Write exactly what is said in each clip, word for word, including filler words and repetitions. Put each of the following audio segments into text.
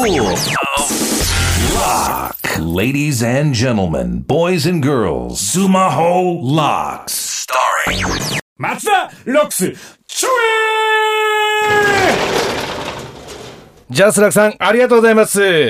Lock. Ladies and gentlemen, boys and girls, Sumaho Locks. Starring 松田ロックスちょえジャスラックさんありがとうございます。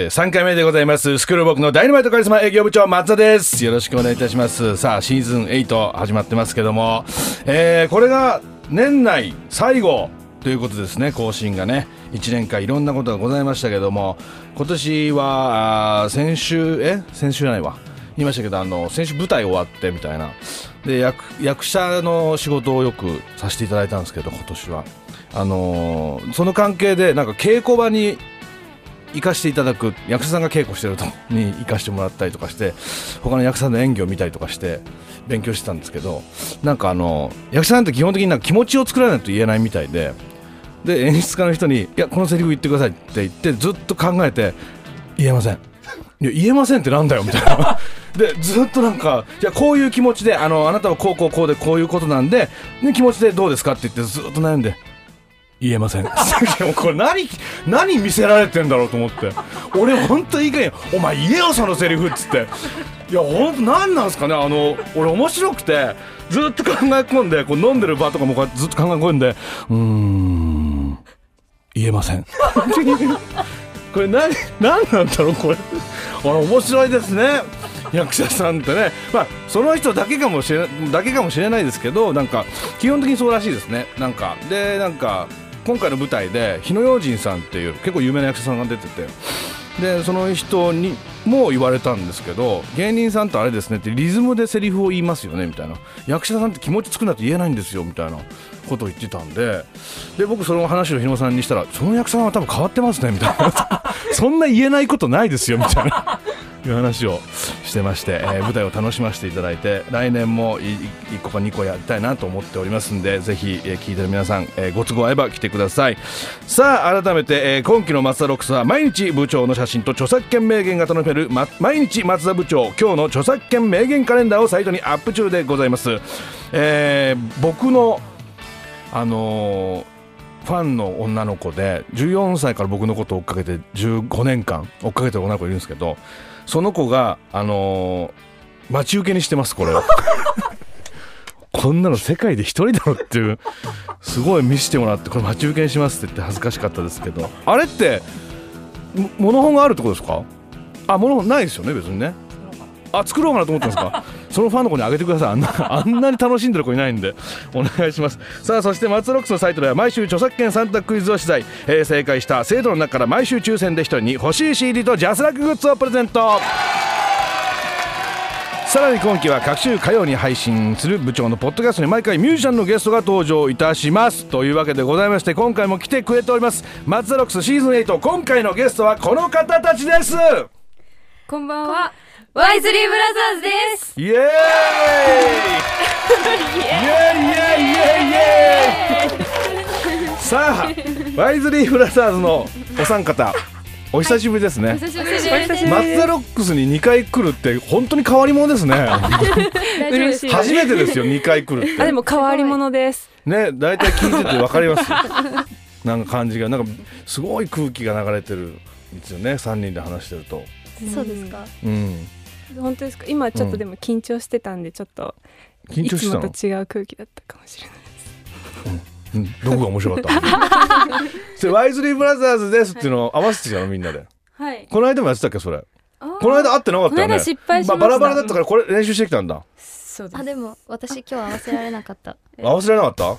さんかいめでございます。スクールボックのダイナマイトカリスマ営業部長松田です。よろしくお願いいたします。さあシーズンエイト始まってますけども、えー、これが年内最後ということですね。更新がねいちねんかんいろんなことがございましたけども、今年は先週え先週じゃないわ言いましたけど、あの先週舞台終わってみたいなで 役, 役者の仕事をよくさせていただいたんですけど、今年はあのー、その関係でなんか稽古場に行かせていただく、役者さんが稽古してるとに行かせてもらったりとかして、他の役者さんの演技を見たりとかして勉強してたんですけど、なんかあの役者さんって基本的になんか気持ちを作らないと言えないみたいで、で演出家の人にいやこのセリフ言ってくださいって言ってずっと考えて言えません、いや言えませんってなんだよみたいなでずっとなんかいやこういう気持ちで あのあなたはこうこうこうでこういうことなんで、ね、気持ちでどうですかって言ってずっと悩んで言えませんこれ 何, 何見せられてんだろうと思って、俺ほんといいかげんお前言えよそのセリフっつって、いやほんと何なんすかね、あの俺面白くてずっと考え込んでこう飲んでる場とかもこうずっと考え込んでうーん言えませんこれ 何, 何なんだろうこれあれ面白いですね役者さんってね、まあ、その人だけかもしれだけかもしれないですけど、なんか基本的にそうらしいですね。なんかでなんか今回の舞台で日野洋人さんっていう結構有名な役者さんが出てて、でその人にも言われたんですけど、芸人さんとあれですねってリズムでセリフを言いますよねみたいな、役者さんって気持ち作らないと言えないんですよみたいなことを言ってたんで、で僕その話を日野さんにしたらその役者さんは多分変わってますねみたいなそんな言えないことないですよみたいないう話をしてまして、えー、舞台を楽しませていただいて、来年もいいっこかにこやりたいなと思っておりますんで、ぜひ、えー、聞いてる皆さん、えー、ご都合合えば来てください。さあ改めて、えー、今期の松田ロックスは毎日部長の写真と著作権名言が楽しめる、ま、毎日松田部長今日の著作権名言カレンダーをサイトにアップ中でございます。えー、僕のあのーファンの女の子でじゅうよんさいから僕のことを追っかけてじゅうごねんかん追っかけてる女の子いるんですけど、その子があのー、待ち受けにしてますこれをこんなの世界で一人だろっていうすごい見せてもらって、これ待ち受けにしますって言って恥ずかしかったですけど、あれってモノホンがあるってことですか？あ、モノホンないですよね別にね。あ、作ろうかなと思ったんですかそのファンの子にあげてください。あんな、あんなに楽しんでる子いないんでお願いします。さあそして松田ロックスのサイトでは毎週著作権さん択クイズを取材、えー、正解した生徒の中から毎週抽選でひとりに欲しい シーディー とジャスラックグッズをプレゼント。さらに今期は各週火曜に配信する部長のポッドキャストに毎回ミュージシャンのゲストが登場いたしますというわけでございまして、今回も来てくれております松田ロックスシーズンエイト、今回のゲストはこの方たちです。 こんばんは、ワイズリーブラザーズです。 イエーイイエーイイエーイイエーイイエーイさあワイズリーブラザーズのお三方お久しぶりですね。 お久しぶりです。 松田ロックスににかい来るって本当に変わり者ですね嬉しい。 初めてですよにかい来るって。 あ、でも変わり者ですね、だいたい聞いてて分かりますなんか感じがなんかすごい空気が流れてるんですよね、さんにんで話してると。 そうですか、 うん、 本当ですか。今ちょっとでも緊張してたんで、ちょっと緊張してたの？ いつもと違う空気だったかもしれないです、 うんうん、どこが面白かったそれワイズリーブラザーズですっていうのを合わせてきたのみんなで。 はい、 この間もやってたっけそれ。この間会ってなかったよね。 この間失敗しました、 まあ、バラバラだったからこれ練習してきたんだ。 そうです。 あ、でも私今日合わせられなかった合わせられなかった、はい、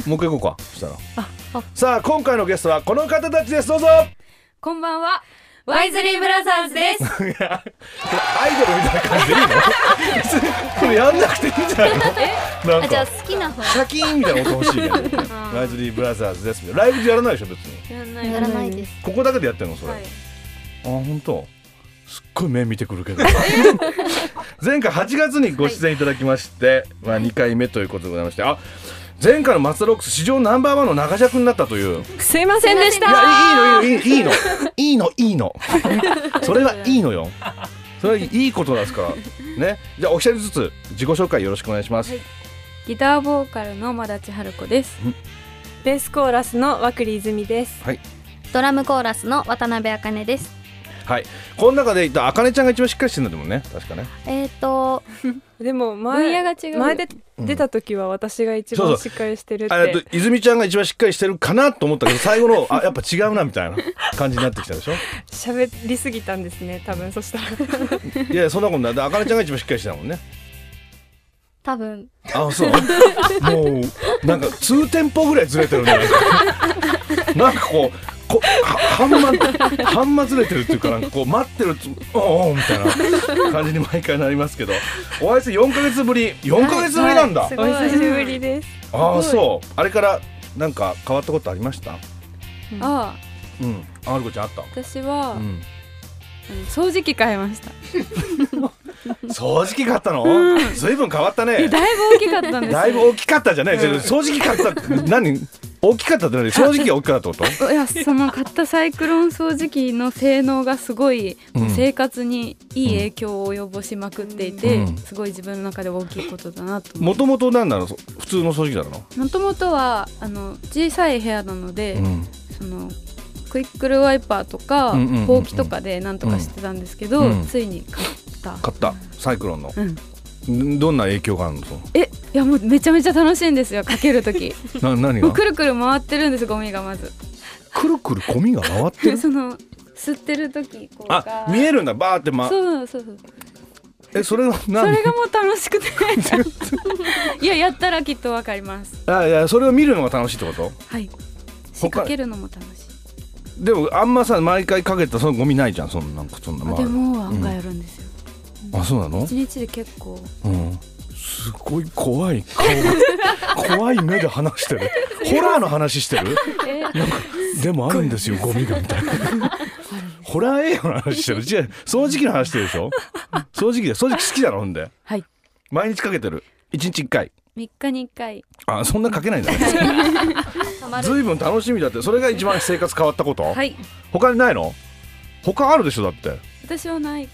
もう一回行こうか。そしたらああさあ今回のゲストはこの方たちです。どうぞ。 こんばんは、ワイズリーブラザーズですいやアイドルみたいな感じでいいの別にこれやんなくていいんじゃないのなんかあ、じゃあ好きな方シャキーンみたいな音欲しいけどワイズリーブラザーズですみたいな。ライブでやらないでしょ別に。 やらないやらないです。 ここだけでやってるのそれ、はい、あ、本当。すっごい目見てくるけど前回はちがつにご出演いただきまして、はい、まあ、にかいめということでございまして、あ、前回の松田ロックス史上ナンバーワンの中尺になったという。 すいませんでした。 いや、いいのいいのいいのいいのいいのそれはいいのよ。それはいいことですからね。じゃあお一人ずつ自己紹介よろしくお願いします。はい、 ギターボーカルのまだちはるこです。ベースコーラスの和栗泉です。 はい、 ドラムコーラスの渡辺あかねです。 はい、この中で言ったあかねちゃんが一番しっかりしてるんだもんね、確かね。 えっとでも分前野が違う。 前でうん出た時は私が一そうそう番しっかりしてるって。 あと泉ちゃんが一番しっかりしてるかなと思ったけど、最後のあやっぱ違うなみたいな感じになってきたでしょ。 喋りすぎたんですね、多分。そしたらいやそんなことない。あかねちゃんが一番しっかりしてたもんね。 多分あ、そう。もうなんかにテンポぐらいずれてるね。なんかこうこは半間半間ずれてるっていうか、なんかこう待ってるつおおみたいな感じに毎回なりますけど、お会いしてよんかげつぶり。よんかげつぶりなんだ。 はいはいお久しぶりです。 ああそう。あれからなんか変わったことありました？ あうん。あるこちゃんあった？ 私は、 うん。 うん掃除機買いました。 掃除機買ったの？ずいぶん変わったね。 だいぶ大きかったんですよ。 だいぶ大きかったじゃない。掃除機買ったって何？大きかったって何？掃除機が大きかったってこと？ いやその買ったサイクロン掃除機の性能がすごい、 うん生活にいい影響を及ぼしまくっていて、 うんすごい自分の中で大きいことだなと思もともと何なの？そ普通の掃除機なの？ う。もともとはあの小さい部屋なので、 うんそのクイックルワイパーとか、 うんうんうんうんほうきとかでなんとかしてたんですけど、 うんついに買った。 買ったサイクロンの。 うんんどんな影響があるの？そうえいやもうめちゃめちゃ楽しいんですよ、かけるときな何が？ もうくるくる回ってるんです、ゴミがまずくるくるゴミが回ってる。 その吸ってるときこうあが見えるんだバーってま。 そうそうそうえそれがそ何？ れがもう楽しくていややったらきっとわかります。 あいやそれを見るのが楽しいってこと？ はいし他かけるのも楽しい。 でもあんまさ毎回かけたそのゴミないじゃん。そんななんかそんなまあでも案外あるんですよ、 あそうなの？ 一日で結構うん。すごい怖い顔が怖い目で話してる。ホラーの話してる？なんかでもあるんですよゴミがみたいな。ホラー映画の話してる。違う掃除機の話してるでしょ。掃除機で掃除機好きだろほんで。 はい毎日かけてる。いちにちいっかい。 みっかにいっかいあそんなかけないんだね。 たまる。 ずいぶん楽しみだって。それが一番生活変わったこと？ はい他にないの？他あるでしょだって。 私はない。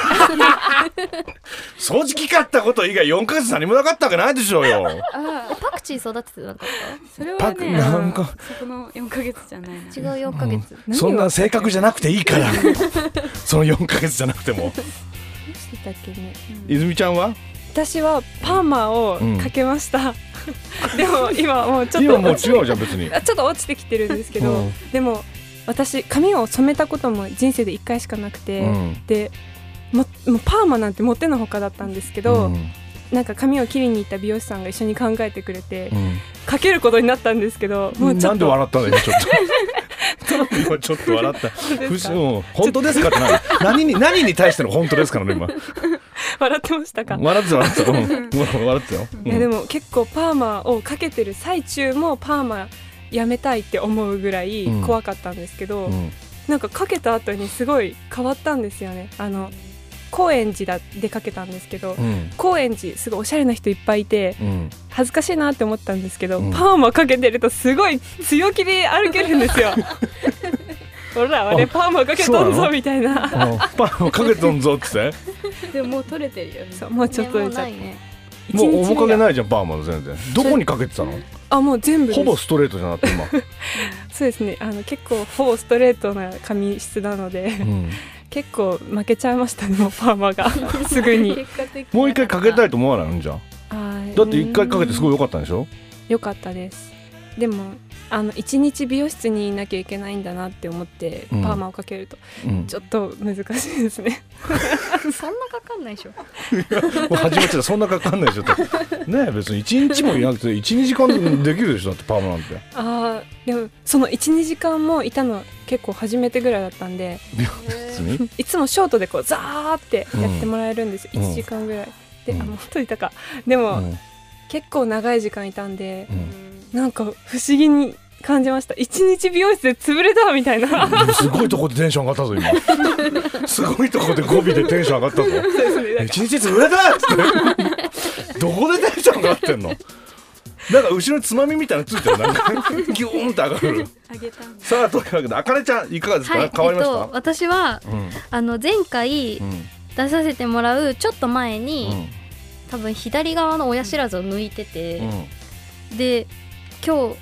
掃除機買ったこと以外よんかげつ何もなかったわけないでしょうよ。 あパクチー育ててなかっそれパクはねなんかそこのよんかげつじゃないな。 た？違うよんかげつ。 そんな性格じゃなくていいから。そのよんかげつじゃなくても。 してたっけね。 泉ちゃんは？ 私はパーマをかけました、でも今もうちょっと今もう違うじゃん別に。 あちょっと落ちてきてるんですけど、 うんでも私髪を染めたことも人生でいっかいしかなくて、 うんでももうパーマなんてもってのほかだったんですけど、 うんなんか髪を切りに行った美容師さんが一緒に考えてくれて、 うんかけることになったんですけど、もうちょっとなんで笑ったの今ちょっと。今ちょっと笑った。 ですかふしうん本当ですかって何？何に何に対しての本当ですかの今。 笑ってましたか？ 笑ってた笑ってた。うん笑ってたよ。 いやでも結構パーマをかけてる最中もパーマやめたいって思うぐらい怖かったんですけど、 うんなんかかけた後にすごい変わったんですよね。あの高円寺でかけたんですけど、 うん高円寺すごいおしゃれな人いっぱいいてうん恥ずかしいなって思ったんですけど、 うんパーマかけてるとすごい強気で歩けるんですよ。ほら俺パーマかけとんそうなのぞみたいな。 あパンをかけとんぞって言って。 でももう取れてるよね。 そうもうちょっとねもうちゃっないね。 もう面影い。 ないじゃんパーマの全然。どこにかけてたの？ あもう全部ですほぼストレートじゃなくて今。 そうですね。あの結構ほぼストレートな髪質なので、 うん結構負けちゃいましたね。もうパーマがすぐに。 結果的にもう一回かけたいと思わないのじゃあ。 あだって一回かけてすごい良かったんでしょ？ 良かったです。でもあの一日美容室にいなきゃいけないんだなって思って、 うんパーマをかけるとうんちょっと難しいですね。 そんなかかんないでしょ。 もう始まっちゃったそんなかかんないでしょってねえ別にいちにちもいなくていちにじかんできるでしょだってパーマなんて。 あーでもそのいちにじかんもいたの結構初めてぐらいだったんで、 別にいつもショートでこうザーってやってもらえるんですよ、 うんいちじかんぐらいで、 うんあもう本当にいたか。でも、 うん結構長い時間いたんで、 うんなんか不思議に感じました。一日美容室で潰れたみたいな。 すごいとこでテンション上がったぞ今。すごいとこで語尾でテンション上がったぞ。 そうですね。 一日潰れたっつってどこでテンション上がってんの？なんか後ろにつまみみたいなのついてるなんかギューンって上がる。 あげたんだ。 さあというわけであかねちゃんいかがですか？ はい。 変わりました？ えっと私はうんあの前回うん出させてもらうちょっと前うに、 ん多分左側の親知らずを抜いてて、 うんで今日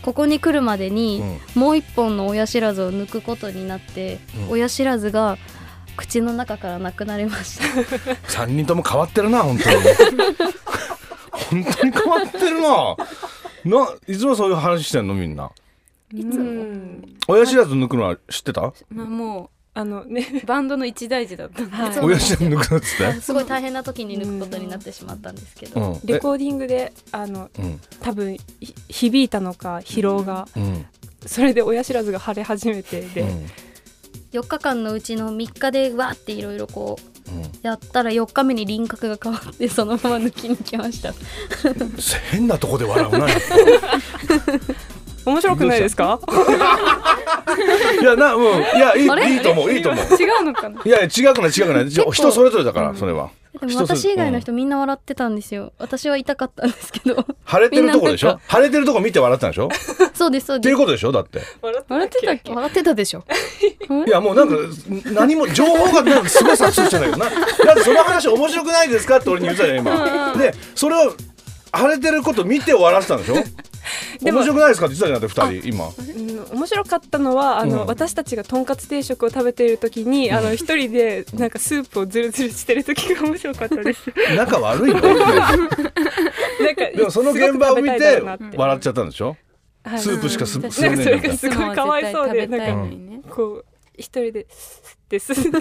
ここに来るまでに、 うもう一本の親知らずを抜くことになって、 うん親知らずが口の中からなくなりましたさんにんとも変わってるな本当に本当に変わってるなないつもそういう話してんのみんな。 いつも親知らず抜くのは知ってた？ まあ、もあのねうバンドの一大事だったんで、 はいそう親知らず抜くのっつってすごい大変な時に抜くことになってしまったんですけど、 うんレコーディングであのうん多分ひ響いたのか疲労が、 うんそれで親知らずが腫れ始めてで、 うんよっかかんのうちのみっかでわーっていろいろこううんやったらよっかめに輪郭が変わってそのまま抜きに来ました変なとこで笑うなやっ面白くないですか？ ぱいやな、うん、いやいあれいいいと思ういいと思う違うのかないや違くない違くない構人それぞれだからそれはでも人それ私以外の人みんな笑ってたんですよ。私は痛かったんですけど腫れてるとこでしょみんな腫れてるとこ見て笑ったんでしょっそうですそうていですうことでしょだって笑ってたっけ？ 笑ってたでしょいやもうなんか何も情報がなんかすごい錯綜してんだけどなだってその話面白くないですかって俺に言ってたじゃん今でそれを腫れてること見て笑ってたんでしょでも面白くないですかって言ってたじゃんだってふたり今うん、面白かったのはあの、 うん私たちがとんかつ定食を食べている時に、あの一人でなんかスープをズルズルしてる時が面白かったです仲悪いのなんかでもその現場を見すごく食べたいてだろうなって笑っちゃったんでしょはいスープしかすなんか吸えねそれえんだがすごいかわいそうでいつもは絶対食べたいなんかのにね。 こう一人でスッてすす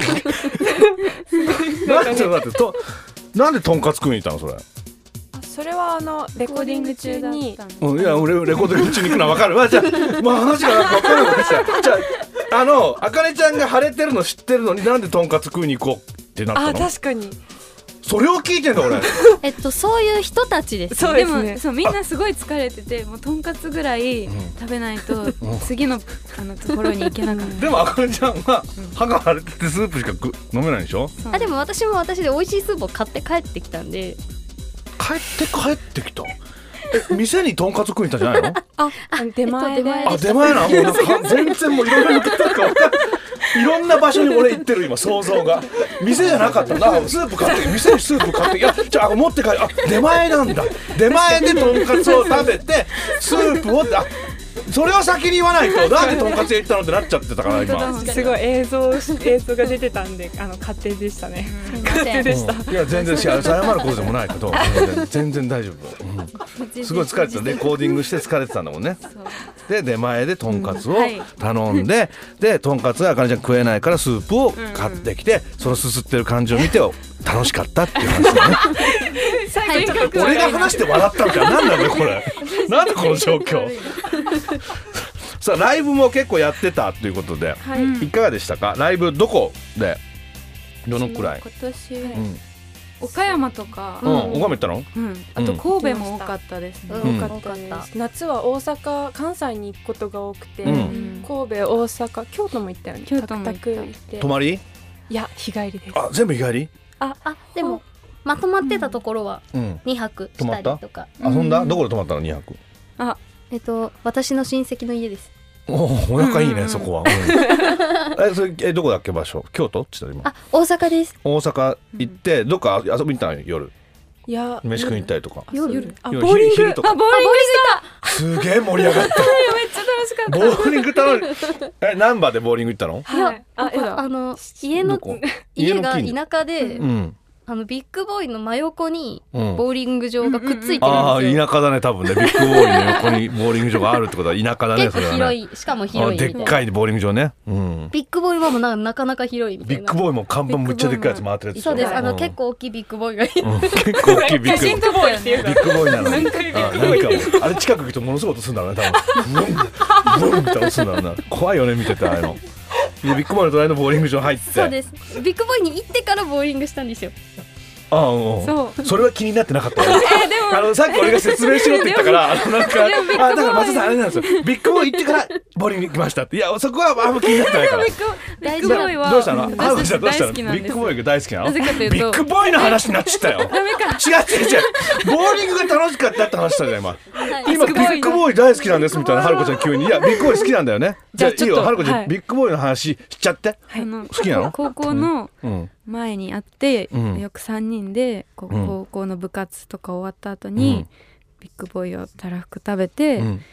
なんで待ってとなんでとんかつ食いに行ったのそれそれはあのレコーディング中にうん、いや俺レコーディング中に行くのは分かるわじゃあ、まあ、話がなんか分かるわけじゃんじゃああのあかねちゃんが腫れてるの知ってるのになんでとんかつ食いに行こうってなったあの確かにそれを聞いてんだ俺えっとそういう人たちですでそうですねもそうみんなすごい疲れててもうとんかつぐらい食べないと次のあのところに行けなかった。 でもあかねちゃんは歯が腫れててスープしか食飲めないでしょそうあでも私も私で美味しいスープを買って帰ってきたんで帰って帰ってきたえ店にとんかつ食いに行ったんじゃないのああの出前で、 えっとあ出前なもうなんか全然もういろいろ抜けてるか分かんないいろんな場所に俺行ってる今想像が店じゃなかったなスープ買って店にスープ買っていやじゃあ持って帰るあ出前なんだ出前でとんかつを食べてスープをあそれを先に言わないとなんでとんかつ屋行ったのってなっちゃってたから今すごい映像映像が出てたんであの勝手でしたねすいませんでしたうんいや全然謝ることでもないけど全然大丈夫、うんすごい疲れてたレコーディングして疲れてたんだもんねで出前でとんかつをはい頼んで、でとんかつはあかねちゃん食えないからスープを買ってきて、そのすすってる感じを見て楽しかったっていう話だね最後ちょっと俺が話して笑ったみたいな何なんだよこれなんでこの状況さあライブも結構やってたということで、 はいいかがでしたかライブどこでどのくらい、 今年、 うん岡山とか、 うん、岡山行ったのうんあと神戸も多かったですね。 うん多かったです夏は大阪関西に行くことが多くて、 うん神戸大阪京都も行ったよね京都も行ったタクタク行って泊まりいや日帰りですあ全部日帰りあでもまとまってたところはうんにはくしたりとか、 遊んだどこで泊まったのにはくあえっと私の親戚の家です。 おお仲いいね、 うんうんうんそこは、うんえそれえどこだっけ場所京都って言ったら今あ大阪です。 大阪行ってどっか遊びに行ったの夜いや飯食いに行ったりとか夜夜あボーリング昼とかあボーリングしたすげえ盛り上がっためっちゃ楽しかった。 ボーリング楽しえ難波でボーリング行ったのはいあどこだあの家のどこ家が家の近所田舎で、 うんあのビッグボーイの真横にうんボーリング場がくっついてるんああですよ。 田舎だね多分ねビッグボーイの横にボーリング場があるってことは田舎だね結構それはね広いしかも広いみたいな。 あでっかいボーリング場ねうんビッグボーイはもうななかなか広いみたいな。 ビッグボーイも看板むっちゃでっかいやつ回ってるやつそうです。あの、 ん結構大きいビッグボーイがいる。 うん結構大きいビッグ写真撮ったよね。 ビッグボーイなのに何回ビッグあなんかあれ近く行くとものすごい音するんだろうね多分ブンブンみたいな音するんだろうな怖いよね見ててああいうのでビッグボーイの隣のボーリング場入ってそうです。ビッグボーイに行ってからボーリングしたんですよ。 ああうんうんそうそれは気になってなかったよあのさっき俺が説明しろって言ったからあのなんかでもビッグボーイあだから松田さんあれなんですよビッグボーイ行ってからボーリング行きましたっていやそこはあんま気になってないからビッグビッグボーイはどうしたの私ハルコちゃんどうしたの大好きなんですビッグボーイが大好きなのなぜかというとビッグボーイの話になっちゃったよダメか違う違う違うボーリングが楽しかったって話したじゃん今はい今ビッグボーイ大好きなんですみたいなハルコちゃん急にいやビッグボーイ好きなんだよねじゃあいいじゃあちょっとよハルコちゃん、 はいビッグボーイの話しちゃってあの好きなの高校のうん前に会って、 うんよくさんにんでこううん高校の部活とか終わった後に、 うんビッグボーイをたらふく食べて、 うん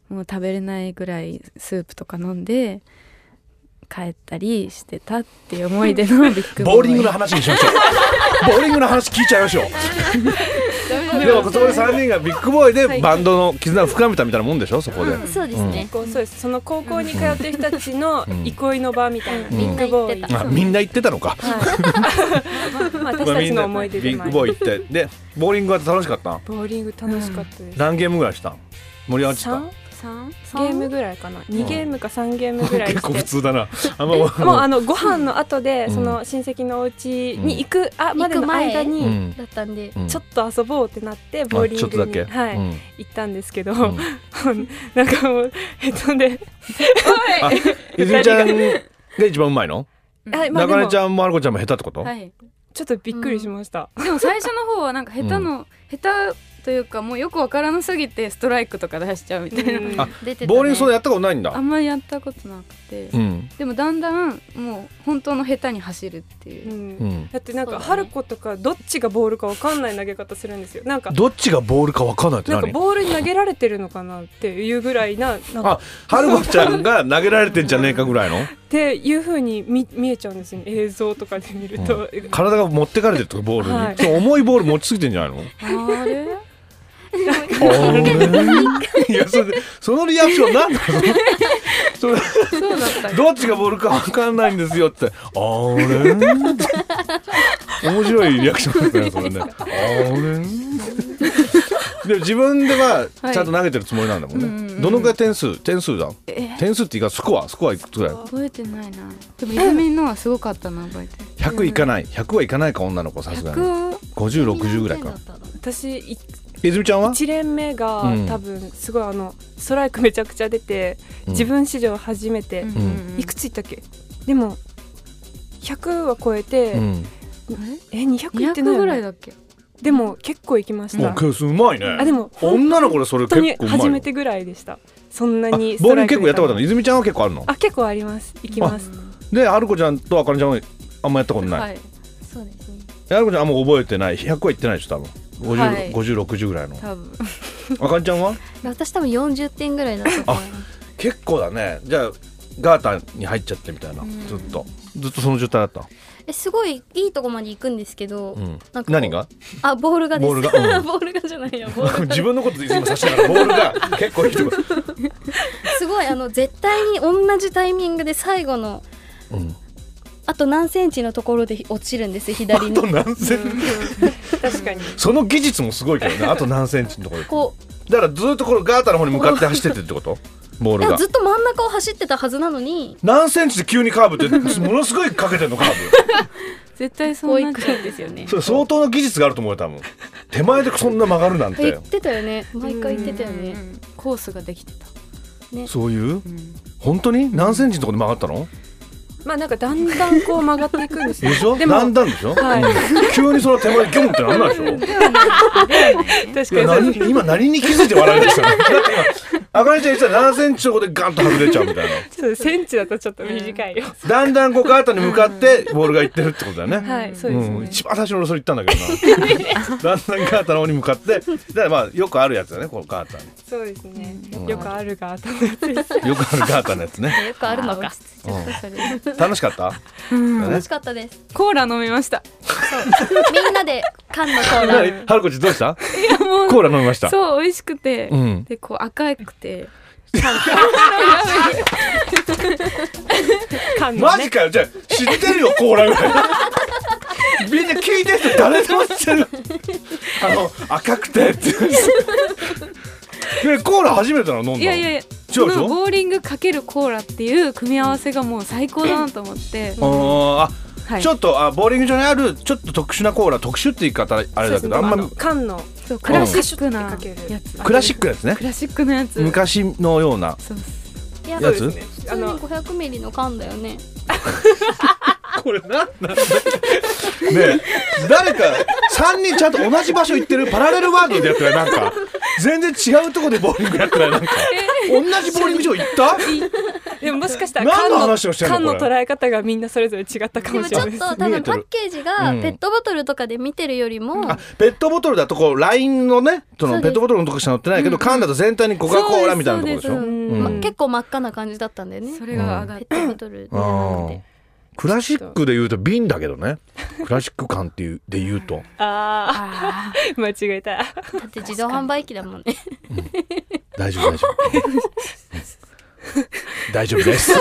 もう食べれないぐらいスープとか飲んで帰ったりしてたっていう思い出のビッグボーイ。 ボーリングの話にしましょうボーリングの話聞いちゃいましょうでもそこでさんにんがビッグボーイでバンドの絆を深めたみたいなもんでしょそこで、 うん、そうですね、 こうそうです。その高校に通ってる人たちの憩いの場みたいな、 うんビッグボーイ、 みんな行ってたあみんな言ってたのか、 はいまあ、私たちの思い出でもありビッグボーイ行ってでボーリングは楽しかった？ ボーリング楽しかったです。 何ゲームぐらいした？盛り上がってた？ さんゲームぐらいかな、にゲームかさんゲームぐらいして結構普通だなあんまもうあのご飯の後で、 うんその親戚のお家に行く、あまでの間うにんだったんで、 うんちょっと遊ぼうってなってボーリングに、 あちょっとだけはいうん行ったんですけど、 んなんかもうヘッドであ泉ちゃんが一番うまいの？ はいまあでも中根ちゃんもあるこちゃんも下手ってこと？ はいちょっとびっくりしました、 でも最初の方はなんか下手の、下手というかもうよくわからなすぎてストライクとか出しちゃうみたいな、 うんあ出てたね。 ボーリングそんなやったことないんだ。 あんまりやったことなくて、 うんでもだんだんもう本当の下手に走るっていうう、 んうんだってなんか、 そうだね春子とかどっちがボールかわかんない投げ方するんですよ。なんかどっちがボールか分かんないってなんか何？ ボールに投げられてるのかなっていうぐらいな、なんかあ春子ちゃんが投げられてんじゃねえかぐらいのっていう風に見見えちゃうんですよね、映像とかで見ると、 体が持ってかれてるとボールに、 はいそう重いボール持ちすぎてんじゃないの？ あれいやそれでそのリアクションなんだそれそうだったどっちがボールか分かんないんですよってあれ面白いリアクションですねそれねあれでも自分ではちゃんと投げてるつもりなんだもんね、 はいうんうんうんどのくらい点数点数だえ点数っていうかスコアスコアいくつぐらい覚えてないな。でも泉のはすごかったな覚えてる。 ひゃくいかないひゃくはいかないか女の子さすがにひゃくごじゅうろくじゅうぐらいか私い泉ちゃんはいち連目が、 うん多分すごいあのストライクめちゃくちゃ出て、 うん自分史上初めて、 うんいくついったっけ？でもひゃくは超えて、 うんえにひゃくいってにひゃくないよね。 ぐらいだっけ？ でも結構いきました。 もうケースうまいねあでも女の子でそれ本当に結構うまい初めてぐらいでした。そんなあにスボールトライク結構やったことあるの出泉ちゃんは結構あるのたあ結構あります。いきます。 で春子ちゃんとあかねちゃんはあんまやったことない、 はいそうですね。 春子ちゃんあんま覚えてないひゃくはいってないでしょ多分ごじゅう、 はいごじゅうろくじゅうぐらいの多分あかねちゃんは私多分よんじゅってんぐらいだったと思います。 結構だねじゃあガーターに入っちゃってみたいな、 うんずっとずっとその状態だった、 えすごいいいとこまで行くんですけど、 うん、 なんかこう何があボールがです。 ボールがうんボールがじゃないやボールが自分のこと今指しながらボールが結構いいとこ、 すごいあの絶対に同じタイミングで最後のうん、 あと何センチのところで落ちるんですよ左にあと何セン確かに。 その技術もすごいけどねあと何センチのところでこだからずっとこのガーターの方に向かって走ってってってことボールがういやずっと真ん中を走ってたはずなのに何センチで急にカーブってものすごいかけてんのカー絶対そこう行うなっちゃうくんですよねブそれ相当の技術があると思うよ多分手前でそんな曲がるなんて言ってたよね毎回言ってたよねうんコースができてた、 そういううん本当に何センチのところで曲がったのまあなんかだんだんこう曲がっていくんですよ。 でしょでもだんだんでしょ、 はいうん急にその手前でギョンってなんないでしょ確いやかに何今何に気づいて笑いましたねだって今あかねちゃん言ってたら何センチのとこでガンと外れちゃうみたいなちょっとセンチだとちょっと短いよ。 だんだんこうガーターに向かってボールが行ってるってことだよね、 はいそうですね。 うん、一番最初に俺それ言ったんだけどなだんだんガーターの方に向かってだからまあよくあるやつだねこのガーターそうですね。 うんよくあるが頭のやつです。 によくあるガーターのやつね、 よくあるのかちょっとそれ楽しかった、 うんね楽しかったですコーラ飲みました。 みんなで缶のコーラ何はるこちどうしたいやもうコーラ飲みましたそう美味しくて、 うんでこう赤くて缶のねマジ。かよじゃあ知ってるよコーラぐらいみんな聞いてる人誰でも知ってるあの赤くてってでコーラ初めてなの飲んだのいやいやいや違うでしょそのボーリングかけるコーラっていう組み合わせがもう最高だなと思って、 あーあはい、 ちょっとあボーリング場にあるちょっと特殊なコーラ特殊って言い方あれだけどあんまの缶のそうクラシックうなんかけるやつクラシックなやつねクラシックのやつ昔のようなそういややつそうですね。あ普通にのごひゃくミリの缶だよねこれなんなんだねえ誰かさんにんちゃんと同じ場所行ってるパラレルワールドでやってないなんか全然違うところでボーリングやってないなんか同じボーリング場行ったでももしかしたら何の缶の話をしてんの缶のこれ捉え方がみんなそれぞれ違ったかでもちょっもしれないです。 と多分パッケージがうんペットボトルとかで見てるよりも、 あペットボトルだとこうラインのねそそうですのペットボトルのとこしか載ってないけど、缶だと全体にコカ・コーラみたいなところでしょ。 そうですそううんま結構真っ赤な感じだったんだよね。 それが上がっペて、 ットボトルであはなくーて。 クラシックで言うと瓶だけどねクラシック缶っていうで言うとああー間違えた。 だって自動販売機だもんね。 大丈夫大丈夫大丈夫です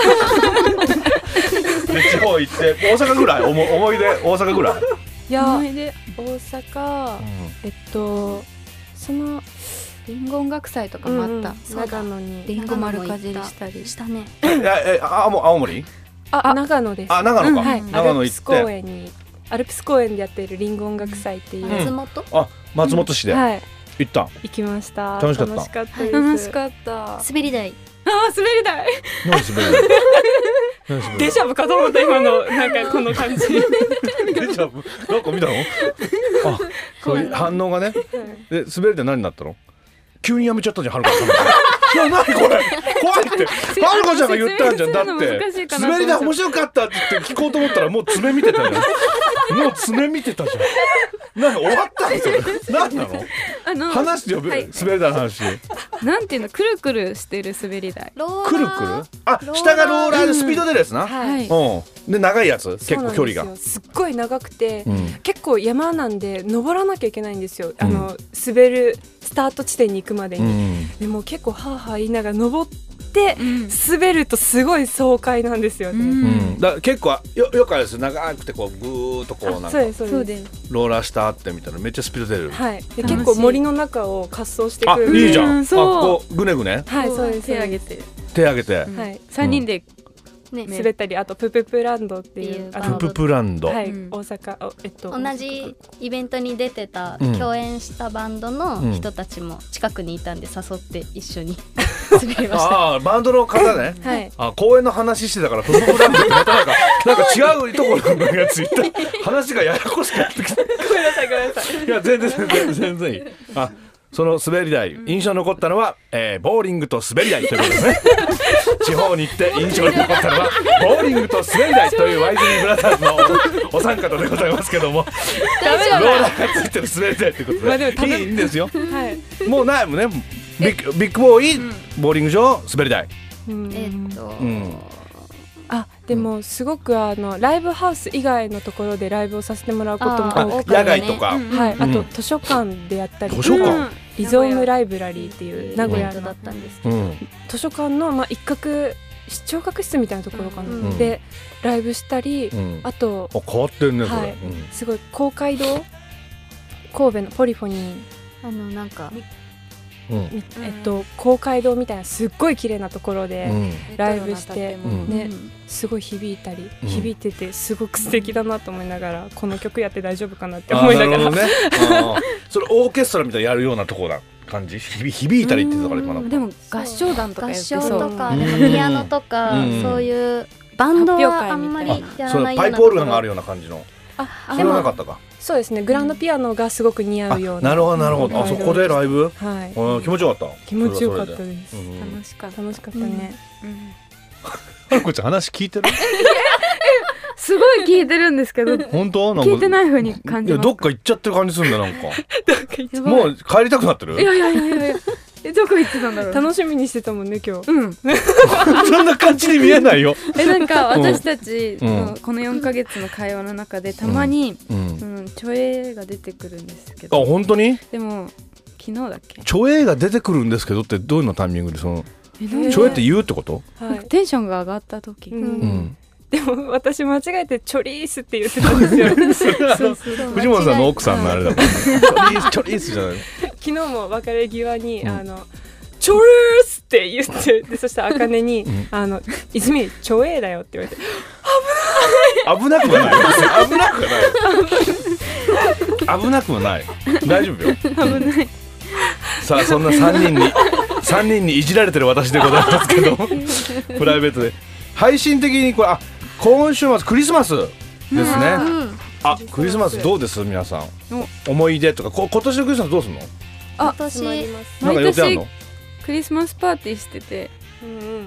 で地方行って大阪ぐらい思思い出大阪ぐらい、 いや思い出大阪えっとそのリンゴ音楽祭とかもあった、 うん長野にリンゴ丸かじりしたりしたね。 いやえあ青青森あ長野です。 あ長野か、 うんはい、ア長野行っルプス公て園にアルプス公園でやっているリンゴ音楽祭っていう、 ん松本。 あ松本市ではい行った、 行きました。 楽しかった楽しかったです。 楽しかったあ滑り台。 ー滑り台何滑る何滑るデジャブかと思った今のなんかこの感じ。 デジャブなんか見たのあそういう反応がねで滑りで何になったの急にやめちゃったじゃんはるかさんいや何これ怖いってはるかちゃんが言ったんじゃんだっ説明するの難しいてかなと思っちゃった滑り台面白かったって言って聞こうと思ったらもう爪見てたじゃんもう爪見てたじゃん何終わったんそれ何なのあの話してよ、 はい滑り台の話なんていうのくるくるしてる滑り台ローラー。 くるくるあ下がローラーでスピード出るやつな、 はい。 うんで長いやつ結構距離がそうなんですよすっごい長くて、 うん結構山なんで登らなきゃいけないんですよ。あの滑るスタート地点に行くまでうに。 んでも結構ハーハー言いながら登ってうん滑るとすごい爽快なんですよね。 うんうんだから結構よよくあれです長くてこうぐーっとこうなんかそうですそうそうです。 ですローラーしたってみたいなめっちゃスピード出る、 はい。で楽しい結構森の中を滑走してあくるんで。 いいじゃん、あうんそうこうぐねぐねはいそうです。 手挙げて、 手上げて、 はい三人でね。 ね滑ったりあとプププランドっていっていううあのプププランド、 はい、 うん大阪おえっと同じイベントに出てた、 うん共演したバンドの人たちも近くにいたんで誘って一緒に滑りました。 ああバンドの方ねはいあ公演の話してたからプププランドってまたなんかなんか違うところのやつ言った話がややこしくなってきたいごめんなさいごめんなさい。 や全然全然全然いいあその滑り台印象に残ったのは、えー、ボーリングと滑り台ということですね地方に行って印象に残ったのはボーリングと滑り台というワイズニーブラザーズのおお三方でございますけどもダメだローラーがついてる滑り台ということで,、 まあでも多分いいんですよはい。 もうないもんねビッグビッグボーイ、ボーリング場滑り台、 うんえっと、 うんあでもすごくあのライブハウス以外のところでライブをさせてもらうこともあ多く野外とか、 うんはい、 うんあと図書館でやったり図書館うんリゾームライブラリーっていう名古屋のイベントだったんですけど、 うん図書館の、まあ、一角視聴覚室みたいなところかな、 うんでライブしたり、 うんあとあ変わってるねそれ、 はいうんすごい公会堂神戸のポリフォニー、 あのなんかうんみえっと、公会堂みたいなすっごい綺麗なところで、 うんライブしてうんねすごい響いたり、 うん響いててすごく素敵だなと思いながら、この曲やって大丈夫かなってあ思いながらーなるほどねあーそれオーケストラみたいにやるようなところな感じ響響いたりって言ってたから今のでも合唱団とか合やってそう唱とかうんなんかピアノとか、 うんそういうバンドはあんまりやそらないようなのパイプオルガンがあるような感じのあそれはなかったかそうですねグランドピアノがすごく似合あうようななるほどなるほどあそこでライブはいあー気持ちよかった気持ちよかったそれはですそれでうん楽しかった楽しかったね、 はるこちゃん話聞いてるすごい聞いてるんですけど本当なんか聞いてない風に感じますいやどっか行っちゃってる感じするんだなんかやばいもう帰りたくなってるいやいやいやいやいやえどこ行ってたんだろう楽しみにしてたもんね今日うんそんな感じに見えないよえなんか私たちうんのこのよんかげつの会話の中でたまに、 うんうん、ちょえが出てくるんですけあど本当にでも昨日だっけちょえが出てくるんですけどってどういうのタイミングでそのえなんちょえって言うってことはいテンションが上がった時、 うんうんでも私間違えてチョリースって言ってたんですよそれはあの藤本さんの奥さんのあれだもんねチョリースチョリースじゃない昨日も別れ際に、 うんあのチョリースって言ってでそしたら茜に、 んあの泉チョエーだよって言われて危なくはない危なくはない危なくはない大丈夫よ危ないさあそんなさんにんにさんにんにいじられてる私でございますけどプライベートで配信的にこれあ今週末クリスマスですねうんあクリスマスどうです皆さん思い出とかこ今年のクリスマスどうすんのあ今決まり年ますなんか予定あるのクリスマスパーティーしててうんうん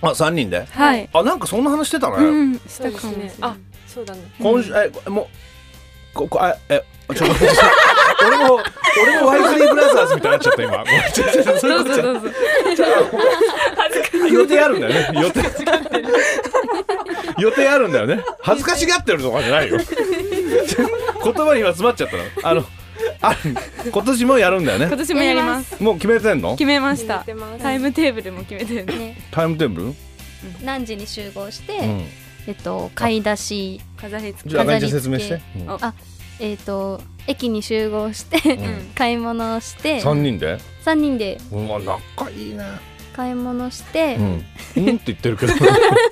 あ、さんにんで。 はいあ、なんかそんな話してたね。 うんしそうたかもしれない。 ですねあそうだね今週えもうここあえちょっと俺も俺もワイズリーブラザーズみたいになっちゃった今。ごめんちょっとそういうことじゃどうぞ予定あるんだよね。予定予定あるんだよね。恥ずかしがってるとかじゃないよ。言葉に今詰まっちゃったの。あのあ今年もやるんだよね。 今年もやります。 もう決めてんの？ 決めました。 決めてますタイムテーブルも決めてるね。 ね、 タイムテーブル？ 何時に集合して、 うん。 えっと買い出し、 飾り付じゃあ、 け。 あかりちゃん説明して。うんああえっと駅に集合して、 うん買い物をしてさんにんで？ さんにんでうわ、仲いいね。 買い物して、 うん。うんって言ってるけど。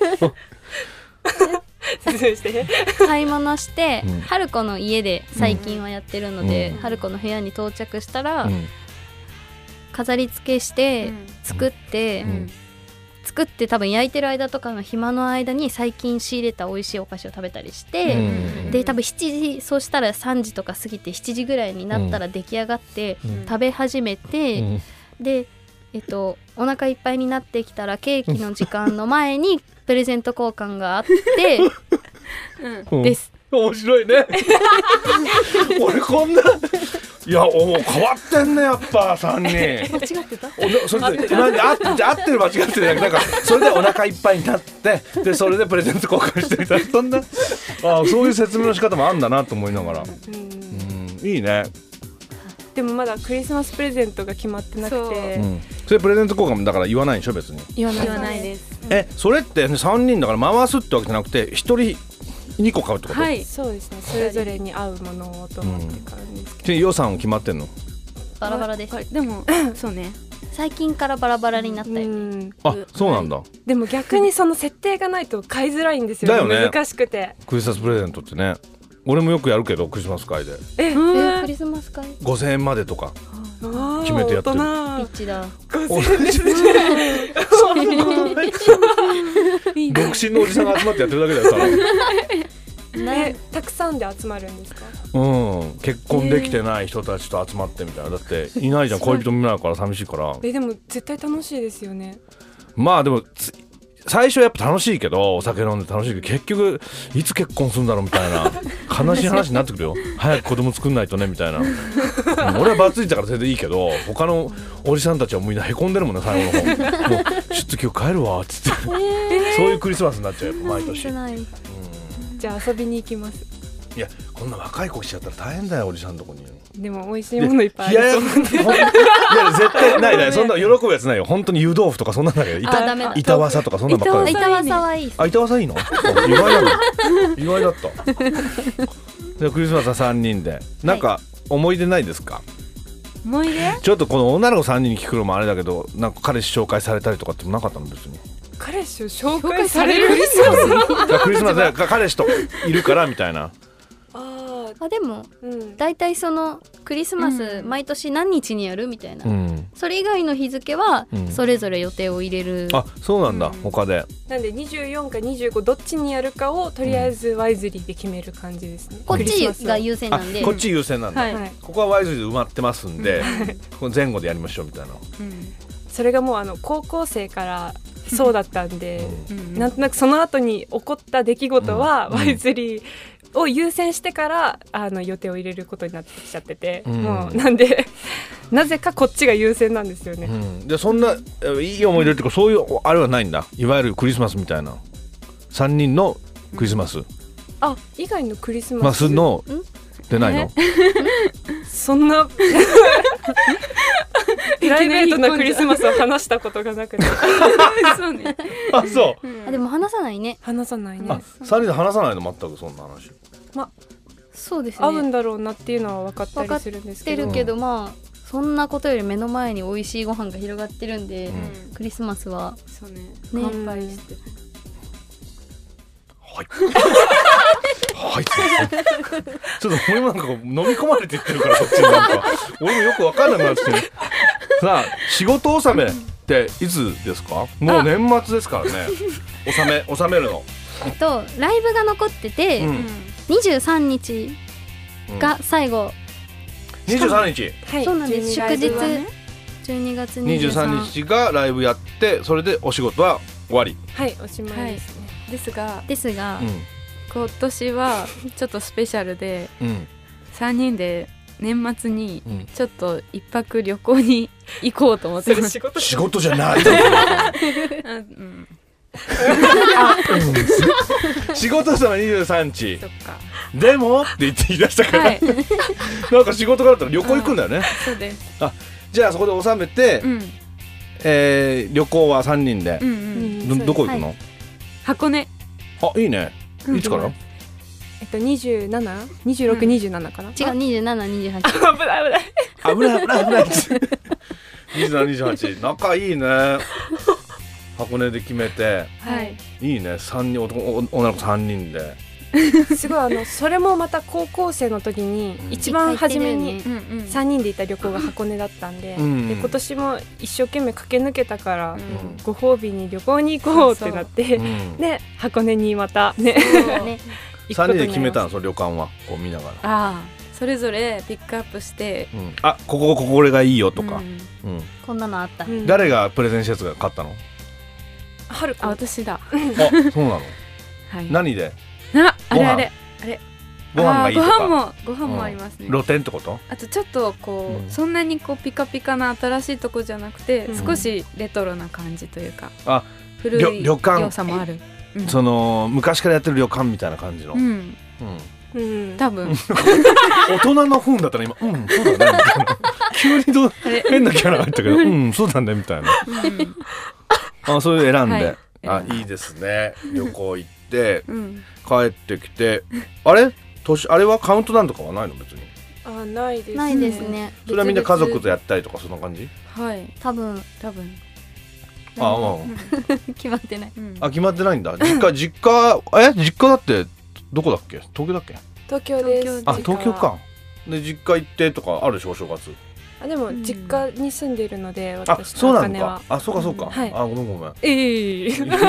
説明して買い物して、 うん春子の家で最近はやってるので、 うん春子の部屋に到着したら、 うん飾り付けして、 うん作って、 うん作って多分焼いてる間とかの暇の間に最近仕入れた美味しいお菓子を食べたりして、 うんで多分しちじ、そうしたらさんじとか過ぎてしちじぐらいになったら出来上がって、 うん食べ始めて、 うんでえっとお腹いっぱいになってきたらケーキの時間の前にプレゼント交換があってうんです。 面白いね。俺こんないやおもう変わってんねやっぱさんにん。 間違ってた？ おそれでなんであじゃあ合ってる間違ってるなんかそれでお腹いっぱいになってでそれでプレゼント交換してみたいなそんなあそういう説明の仕方もあんだなと思いながら、 うんうん、いいね、 でもまだクリスマスプレゼントが決まってなくてうん、それプレゼント交換だから言わないんでしょ別に。 言わない言わないです。 えそれってさんにんだから回すってわけじゃなくてひとりにこ買うってこと？ はい。 そうですねそれぞれに合うものをと思って買うんですけど、 で予算決まってんの？ バラバラですこ。れでもそうね。 最近からバラバラになったよ。 うんあそうなんだ。 でも逆にその設定がないと買いづらいんですよだよね難しくてクリスマスプレゼントってね俺もよくやるけどクリスマス会でええークリスマス会ごせんえんまでとか決決めてやってるピッチだ。 ごせんえんですねそんなことない独身のおじさんが集まってやってるだけだよえたくさんで集まるんですか多分うん結婚できてない人たちと集まってみたいなだっていないじゃん恋人もいないから寂しいからえでも絶対楽しいですよねまあでもつ最初はやっぱ楽しいけどお酒飲んで楽しいけど結局いつ結婚するんだろうみたいな悲しい話になってくるよ早く子供作んないとねみたいな、うん俺はバツイチだから全然いいけど他のおじさんたちはみんなへこんでるもんね最後の方もうちょっと今日帰るわっつって、そういうクリスマスになっちゃうよ毎年、うん、 ない。 じゃあ遊びに行きますいやこんな若い子しちゃったら大変だよおじさんのとこにでも美味しいものいっぱいあいやいやりそういや絶対ないないそんな喜ぶやつないよ本当に湯豆腐とかそんなんだけどいたあダメだ。 板わさとかそんなんばっかり板わさはいいっす。 あ板わさいいのあ意外だな意外だったでクリスマスはさんにんでなんか思い出ないですか？ 思い出？ ちょっとこの女の子さんにんに聞くのもあれだけどなんか彼氏紹介されたりとかってもなかったの別に彼氏を紹介されるクリスマスいやクリスマスで彼氏といるからみたいなああでもーうんだいたいそのクリスマスうん毎年何日にやるみたいな。 うんそれ以外の日付はうんそれぞれ予定を入れる。 あそうなんだ、 うん他でなんでにじゅうよんかにじゅうごどっちにやるかをとりあえずワイズリーで決める感じですね、 こっクリスマスはちが優先あなんで。 こっち優先なんだ、 はい。 はい、 ここはワイズで埋まってますんで、この前後でやりましょうみたいな、 うんそれがもうあの高校生からそうだったんで、 うんなんとなくその後に起こった出来事はうんワイズリーを優先してからあの予定を入れることになってきちゃってて、 うんもうなんでなぜかこっちが優先なんですよね、 うん、でそんなえいい思い出っていうかそういうあれはないんだいわゆるクリスマスみたいなさんにんのクリスマス、 あ以外のクリスマスマスの出ないの？ そんなプライベートなクリスマスを話したことがなくてそうね。 あそうあでも話さないね。 話さないねあさんにんで話さないの全くそんな話そうですね。 合うんだろうなっていうのは分かったりするんですしけどてるけど、まあそんなことより目の前に美味しいご飯が広がってるんで、 うんクリスマスはそうね。 ね乾杯して。 はいはいすいませんちょっと俺もなんかこう飲み込まれていってるからこっちになんか俺もよく分かんなくなってきてるさあ仕事納めっていつですか？もう年末ですからね納め納めるの、 えっとライブが残ってて、 うんにじゅうさんにちが最後、 にじゅうさんにちはいそうなんですじゅうにがつ祝日はねじゅうにがつにじゅうさんにちがライブやってそれでお仕事は終わり。 はいおしまいですね、 ですがですが、 う今年はちょっとスペシャルでんうんさんにんで年末にうんちょっと一泊旅行に行こうと思ってます。 仕事仕事じゃないあうん仕事したのにじゅうさんにちそっか。 でもって言って言い出したから、 はいなんか仕事があったら旅行行くんだよね。 そうです。 じゃあそこで収めて、 うんえー旅行はさんにんでうんうん。 どどこ行くの？ 箱根。 あいいね。 うんいつから？ えっとにじゅうなな、にじゅうろく、にじゅうななかな。 違うにじゅうなな、にじゅうはち。 危ない危ない。 危ない危ない危ない。にじゅうなな、にじゅうはち仲いいね。箱根で決めてはい。 いいね。三人男お女の子さんにんで。 すごいあのそれもまた高校生の時にうん一番初めにうんうん。 さんにんで行った旅行が箱根だったんで、 うんで今年も一生懸命駆け抜けたから、 うんご褒美に旅行に行こうってなって、 うんで箱根にまたねそうだね。 三人で決め行くたのその旅館はこう見ながら。 ああ、それぞれピックアップして。 うんあこここここれがいいよとか。 うんうんこんなのあった。 ことになります、うん、 誰がプレゼンしたやつが勝ったの？ あ、 はるか私だ。 あそうなの？ はい。 何で？ な、あご飯れあれ。 ご飯がいいとか。 あーご飯もご飯もありますね。 露店ってこと？ あとちょっとこう、 うんそんなにこうピカピカな新しいとこじゃなくて、 うん少しレトロな感じというか、 あ古い旅旅館良さもある。うんその昔からやってる旅館みたいな感じの。 ううんん、 うん、 多分大人の風だったら今うんそうだねみたいな。急にどうあれ、 変なキャラ入ったけどうんそうだねみたいな。 うんあそういう選んで。 はいあいいですね。旅行行ってうん、 帰ってきてあれ年あれはカウントダウンとかはないの別に？ あないですねないですね。 それはみんな家族とやったりとかそんな感じ？ はい、 多分多分、 あうん決まってない。 うん、 あ決まってないんだ。実家実家え実家だってどこだっけ？東京だっけ？ 東京ですあ実家は東京か。で実家行ってとかあるでしょお正月。 あでもうん実家に住んでいるので、 あ私そうなののお金はか。あそうかそうか。 はいあごめんごめん。 ええどうも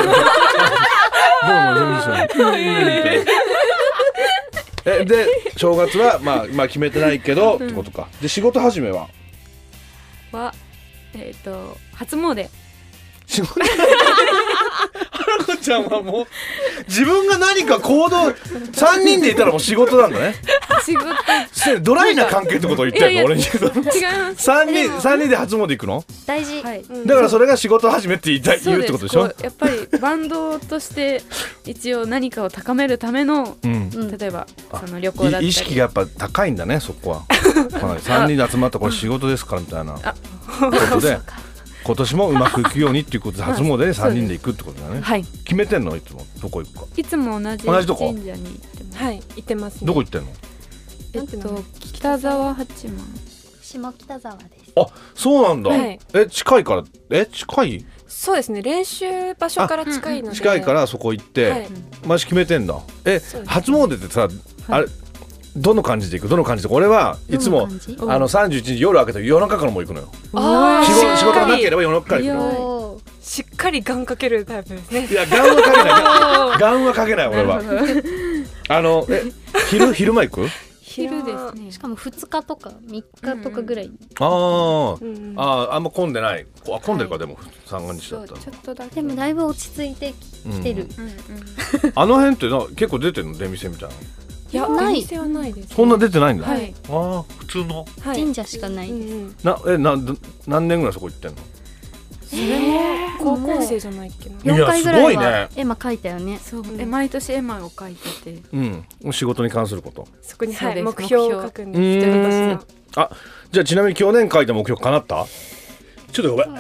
全然えで正月はまあまあ決めてないけどってことか。で仕事始めははえっ、と初詣。 仕事。花子ちゃんはもう自分が何か行動さんにんでいたらもう仕事なんだね。 仕事してドライな関係ってことを言ってるのいやいや俺に言うと。 違います。 三でも人三人で初詣行くの？ 大事。 はい。 うんだからそれが仕事始めって言いたい言そうですうってことでしょ？ こうやっぱりバンドとして一応何かを高めるためのうん。 うん。 例えばあその旅行だったりい意識がやっぱ高いんだねそこは。はい三人で集まったこれ仕事ですからみたいなことで今年もうまくいくようにっていうことで初詣でさんにんで行くってことだね。 はい。 決めてんのいつもどこ行くか。 いつも同じ同じとこ神社に行ってます。 はい行ってますねどこ行ってんの？ えっと北沢八幡。 下北沢です。 あそうなんだ。 はいえ近いからえ近いそうですね練習場所から近いので近いからそこ行って、 はいマジ決めてんだ。えそうです初詣ってさ、あれどの感じで行くどの感じで俺はいつもどんな感じあのさんじゅういちにち夜明けて夜中からも行くのよ。 あー仕事仕事がなければば夜中から行くの。 おーしっかり願かけるタイプですねいやガンはかけないガンはかけない俺は。あのえ昼昼間行く？ 昼ですねし。かもふつかとかみっかとかぐらい。 あー、 うんあーあんま混んでない。こあ混んでるか、でも三が日だったらそうちょっとだけ。 でもだいぶ落ち着いてきてる。 うんうん。 あの辺ってな結構出てるの出店みたいな。 いやないお店はないですそんな出てないんだ。 はい。 ああ普通の。 はい神社しかないです。 うんうんなえな何年ぐらいそこ行ってんの？ それも高校生じゃないっけな。 いやよんかいぐらいすごいねは絵馬描いたよね。 そう、 うんえ毎年絵馬を描いてて。 うん。仕事に関すること。 そこに、はい、 そうです目標を書くんうです。 ーん一人私のあじゃあちなみに去年書いた目標叶った？ちょっとごめん。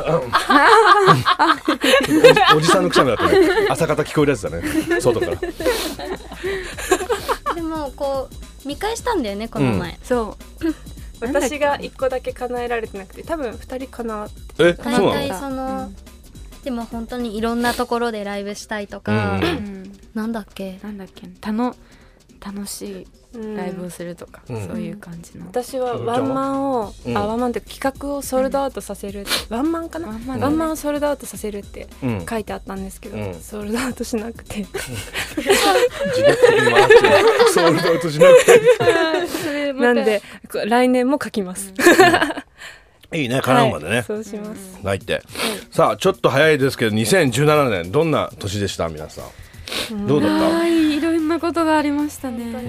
おじおじさんのくしゃみだったね。朝方聞こえるやつだね。外から。 でもこう見返したんだよねこの前。 そう。 私が一個だけ叶えられてなくて、多分二人かな。 え大そうなの？ 体その、でも本当にいろんなところでライブしたいとか、 うんうん。 なんだっけなんだっけ、たの楽しいうんライブをするとか、 うんそういう感じの。 私はワンマンを、 うんあワンマンって企画をソールドアウトさせる、ワンマンかな、 ワンマンワンマンをソールドアウトさせるってうん。 書いてあったんですけど、 うんソールドアウトしなくて自虐的に回っちゃう。ソールドアウトしなくて。 それまたなんでこ来年も書きます、 いいね、叶うまでね、 はい、そうします。 来て、さあちょっと早いですけどにせんじゅうななねんどんな年でした皆さん、どうだった？ はい、いろんなことがありましたね。 うん、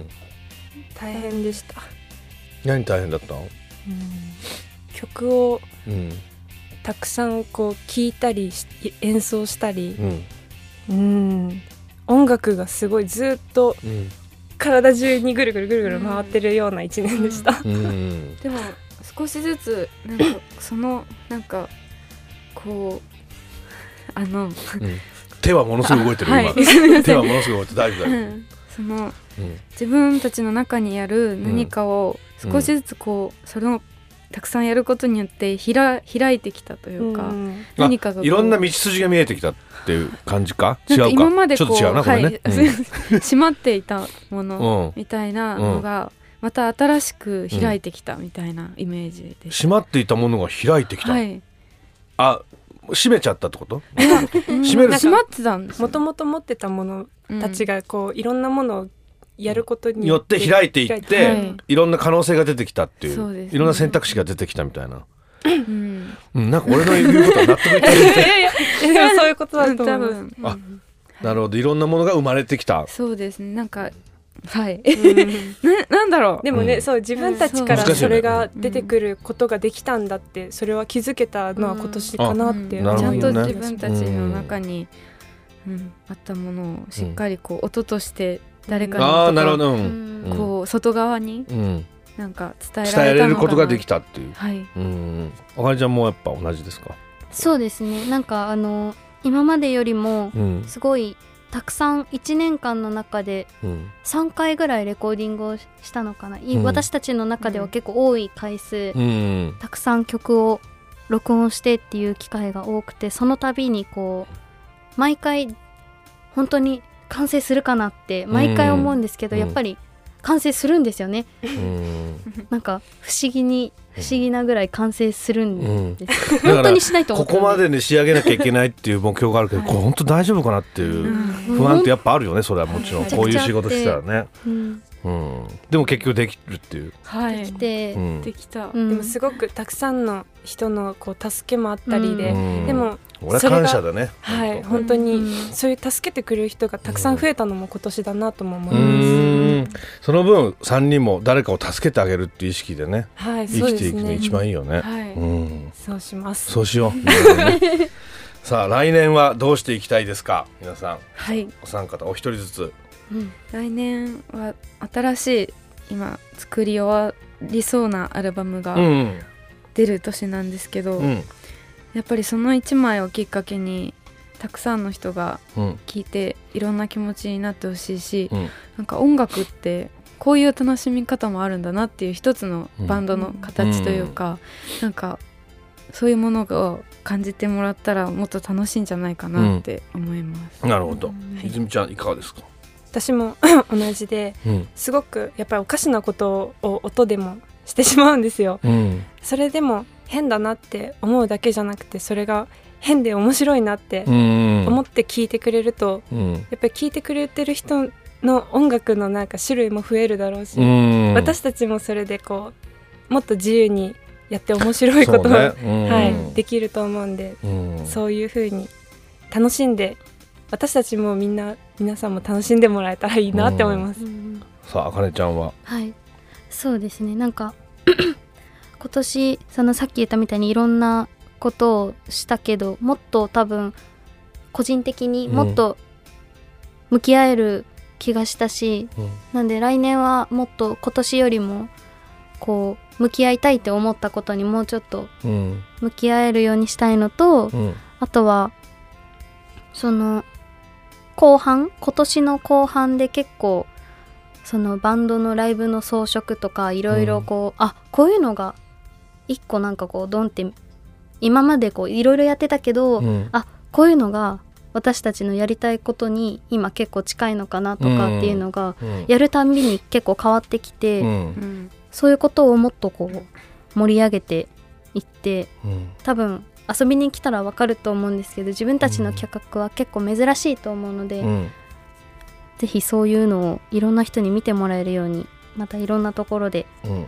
大変でした。 何大変だったの？ 曲をうんたくさんこう聴いたりし演奏したり、 うんうん音楽がすごいずっとうん体中にぐるぐるぐるぐる回ってるようないちねんでした。 うんでも少しずつなんかそのなんかこうあの、 うん、手はものすごい動いてるはい今手はものすごい動いてる大丈夫だよ、 うんそのうん自分たちの中にある何かを少しずつこうそれをたくさんやることによってひら開いてきたというか、 うん何かがこういろんな道筋が見えてきたっていう感じか？違うか？ なんか今までこうちょっと違うなこれね、 はい閉まっていたものうんみたいなのがまた新しく開いてきたみたいなイメージです。 閉まっていたものが開いてきた、 はい、 あ閉めちゃったってこと？閉めるなんか閉まってたんですよもともと持ってたものたちがこういろんなものをやることにによって開いていって、 はいいろんな可能性が出てきたっていう、 そうですねいろんな選択肢が出てきたみたいな、 うんうん、なんか俺の言うことは納得いってるいやいやでもそういうことだと思います。 多分あなるほど、いろんなものが生まれてきた。 そうですね、なんかはいうんな, なんだろうでもね、 うんそう自分たちから難しいよねそれが出てくることができたんだってそれは気づけたのは今年かなってうんあちゃんとなるほどね自分たちの中に、うんあったものをしっかりこう音として誰かにああなるほとかど、ううんんこう外側にうん、 なんか伝え伝えられられたのかなることができたっていう、 はいうん、あかりちゃんもやっぱ同じですか？ そうですね、なんかあの今までよりもうんすごいたくさんいちねんかんの中でうんさんかいぐらいレコーディングをしたのかな、いうん私たちの中では結構多い回数、 うんたくさん曲を録音してっていう機会が多くて、その度にこう毎回本当に完成するかなって毎回思うんですけど、 うんやっぱり完成するんですよね。 うんなんか不思議に不思議なぐらい完成するんです、 だから本当にしないと思ってるここまでに仕上げなきゃいけないっていう目標があるけど、これ本当大丈夫かなっていう不安ってやっぱあるよね。それはもちろんこういう仕事してたらね、 うん、 うん、でも結局できるっていう、 はいで、 うんできた、 うんでもすごくたくさんの人のこう助けもあったりで、 うんでも俺は感謝だね。 はい本本当にうんそういう助けてくれる人がたくさん増えたのも今年だなとも思当います。 うんその分さんにんも誰かを助けてあげるっていう意識でねはい、 生そうですね。 きていくの一番いいよね。 はいうん、 そうします。 そうしよう。なるほどねさあ来年はどうしていきたいですか皆さん、 はい、 お三方お一人ずつ。 来年は新しい今作り終わりそうなアルバムがうん出る年なんですけど、 うんやっぱりそのいちまいをきっかけにたくさんの人がうん聴いていろんな気持ちになってほしいし、 うんなんか音楽ってこういう楽しみ方もあるんだなっていう一つのバンドの形というか、なんかそういうものを感じてもらったらもっと楽しいんじゃないかなって思います。 なるほど。泉ちゃんいかがですか？ 私も同じでうんすごくやっぱりおかしなことを音でもしてしまうんですよ。 うんそれでも変だなって思うだけじゃなくてそれが変で面白いなってうん思って聴いてくれると、 うんやっぱり聴いてくれてる人の音楽のなんか種類も増えるだろうし、 うん私たちもそれでこうもっと自由にやって面白いことを、 そうねうんはい、できると思うんで、 うんそういう風に楽しんで私たちもみんな皆さんも楽しんでもらえたらいいなって思います。 さああかねちゃんは。 はい、そうですね、なんか今年そのさっき言ったみたいにいろんなことをしたけど、もっと多分個人的にもっと向き合える気がしたし、 うんなんで来年はもっと今年よりもこう向き合いたいって思ったことにもうちょっとうん向き合えるようにしたいのと、 うんあとはその後半今年の後半で結構そのバンドのライブの装飾とかいろいろこう、あこういうのが一個なんかこうドンって今までこういろいろやってたけど、 うんあこういうのが私たちのやりたいことに今結構近いのかなとかっていうのが、 うんやるたんびに結構変わってきて、 うんうんそういうことをもっとこう盛り上げていって、 うん多分遊びに来たらわかると思うんですけど自分たちの企画は結構珍しいと思うので、 うんぜひそういうのをいろんな人に見てもらえるようにまたいろんなところでうん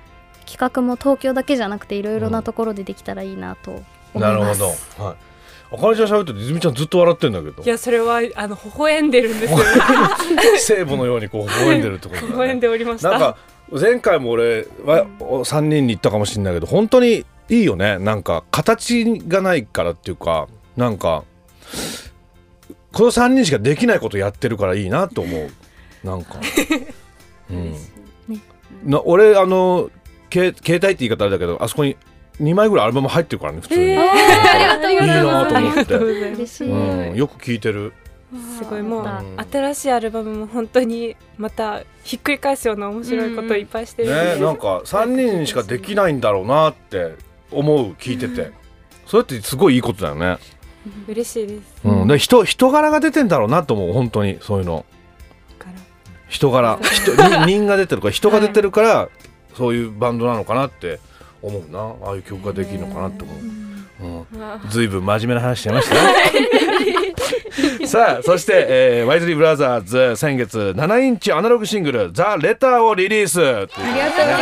企画も東京だけじゃなくていろいろなところでできたらいいなと思います。 なるほど、はい。あかねちゃん喋ってて泉ちゃんずっと笑ってんだけどいやそれはあの微笑んでるんですよ聖母のようにこう微笑んでるってことだね微笑んでおりました。 なんか前回も俺はさんにんに言ったかもしれないけど本当にいいよね。なんか形がないからっていうかなんかこのさんにんしかできないことやってるからいいなと思う。なんか、うんね、 な俺あの携帯って言い方あれだけどあそこににまいぐらいアルバム入ってるからね普通に、 えー、 ありいいなと思って、 嬉しい、 うん、よく聴いてる。 すごいもう、 うん、 新しいアルバムも本当にまたひっくり返すような面白いことをいっぱいしてるんで、 ね、なんかさんにんしかできないんだろうなって思う聞いてて、それってすごいいいことだよね。 嬉しいです、 うん、で 人, 人柄が出てんだろうなと思う。本当にそういうの人柄人人が出てるから人が出てるから、はい、そういうバンドなのかなって思うな。ああいう曲ができるのかなって思う、うん、ずいぶん真面目な話してましたねさあそして、えー、ワイズリーブラザーズ先月ななインチアナログシングルザ・レターをリリースということで、ね、 ありがとうございます。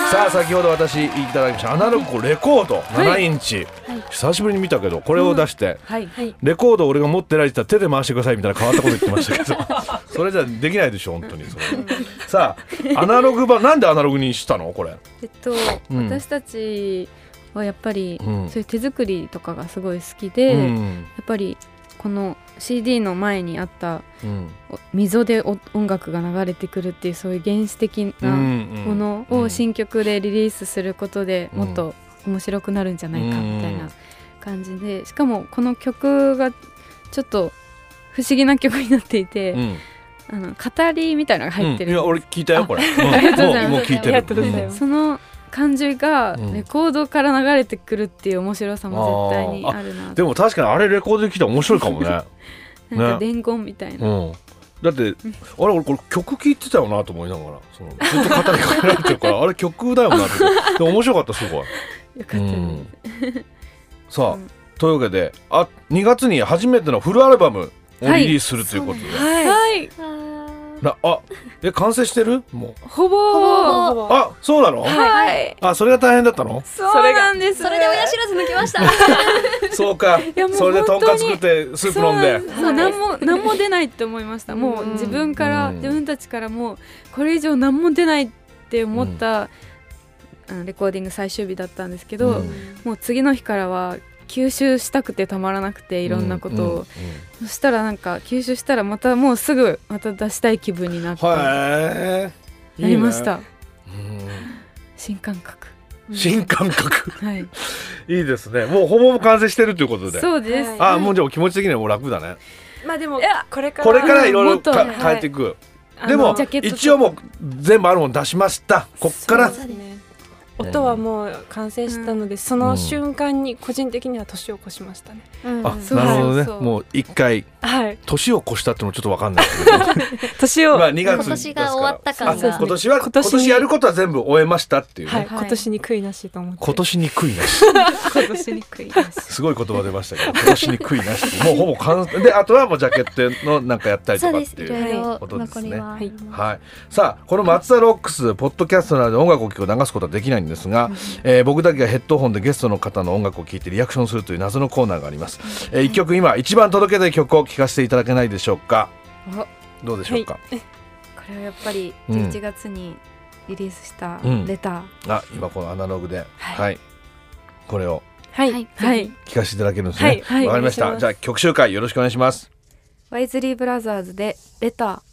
さあ先ほど私いただきましたアナログレコードななインチ、はい、久しぶりに見たけどこれを出して、うんはいはい、レコード俺が持ってないって言ったら手で回してくださいみたいな変わったこと言ってましたけどそれじゃできないでしょ本当にそれさあアナログ版なんでアナログにしたのこれ。 えっと、うん、私たちはやっぱり、うん、そういう手作りとかがすごい好きで、うん、やっぱりこの シーディー の前にあった、うん、溝で音楽が流れてくるっていうそういう原始的なものを新曲でリリースすることでもっと面白くなるんじゃないかみたいな感じで、しかもこの曲がちょっと不思議な曲になっていて、うん、あの語りみたいなのが入ってる、 うん、いや俺聞いたよこれ、うん、 ありがとうございます。 もう聞いてる、 うん、その感じがレコードから流れてくるっていう面白さも絶対にあるな、うん、 でも確かにあれレコードで聞いたら面白いかもねなんか伝言みたいな、 ね、うん、だって、うん、あれ俺これ曲聴いてたよなと思いながらそのずっと語りかけられてるからあれ曲だよなってでも面白かったすごいよかったです、うん、 さあ、うん、というわけであにがつに初めてのフルアルバムをリリースするということで、 はい、はいなあえ完成してるもうほぼほぼあそうなの、 はい、 あそれが大変だったの。 そうなんです。 それで親知らず抜きましたそうかそれでとんかつ食ってスープ飲んでもう何も何も出ないって思いました。もう自分から自分たちからもうこれ以上何も出ないって思った、うん、あのレコーディング最終日だったんですけど、うん、もう次の日からは吸収したくてたまらなくていろんなことを、うんうんうん、そしたらなんか吸収したらまたもうすぐまた出したい気分になってなりました。いいね、うん、新感覚新感覚はいいいですね。もうほぼ完成してるということで。 そうです、はい、 あもうじゃあ気持ち的にはもう楽だね。 まあでもこれからこれからいろいろ変えていく、はい、でも一応もう全部あるもの出しました。こっから音はもう完成したので、うん、その瞬間に個人的には年を越しましたね、 うん、あなるほどね。もう一回、はい、年を越したってのもちょっと分かんないけど年を、 まあ、にがつ今年が終わった感が今年は今年, 今年やることは全部終えましたっていうね、 はい、今年に悔いなしと思って今年に悔いなし今年に悔いなしすごい言葉出ましたけど今年に悔いなしもうほぼ完成であとはもうジャケットのなんかやったりとかっていうことですね。はい、はい、さあこの松田ロックスポッドキャストなどで音楽を聴く流すことはできないんですが、うんえー、僕だけがヘッドホンでゲストの方の音楽を聴いてリアクションするという謎のコーナーがあります、えー、いっきょく今一番届けたい曲を聴かせていただけないでしょうか。どうでしょうか、 はい、これはやっぱりじゅういちがつにリリースしたレター、 うん、あ今このアナログで、はいはい、これをはい、はい、 聴かせていただけるんですね。わ、はい、かりました。じゃあ曲紹介よろしくお願いします。 ワイズリーブラザーズでレター。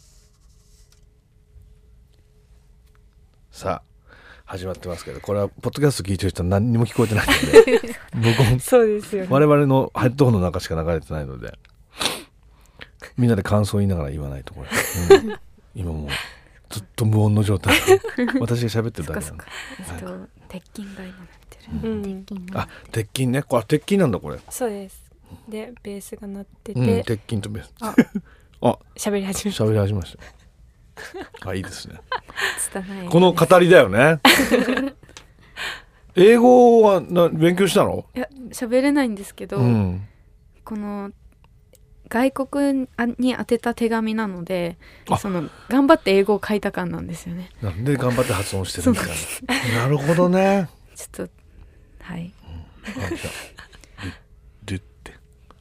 さあ始まってますけどこれはポッドキャスト聞いてる人は何にも聞こえてないので僕もそうですよね、 我々のヘッドホンの中しか流れてないのでみんなで感想を言いながら言わないとこれ、うん、今もうずっと無音の状態私が喋ってるだけなんで鉄筋が今なってる、うん、鉄筋あ鉄筋ねこれ鉄筋なんだこれ。 そうですでベースが鳴ってて、 うん、鉄筋とベースああ喋り始め喋り始めましたあいいですねこの語りだよね英語はな勉強したの？ いや喋れないんですけど、うん、この外国に宛てた手紙なので、 あその頑張って英語を書いた感なんですよね。 なんで頑張って発音してるみたいななるほどね。 ちょっとはいあじゃあリュッて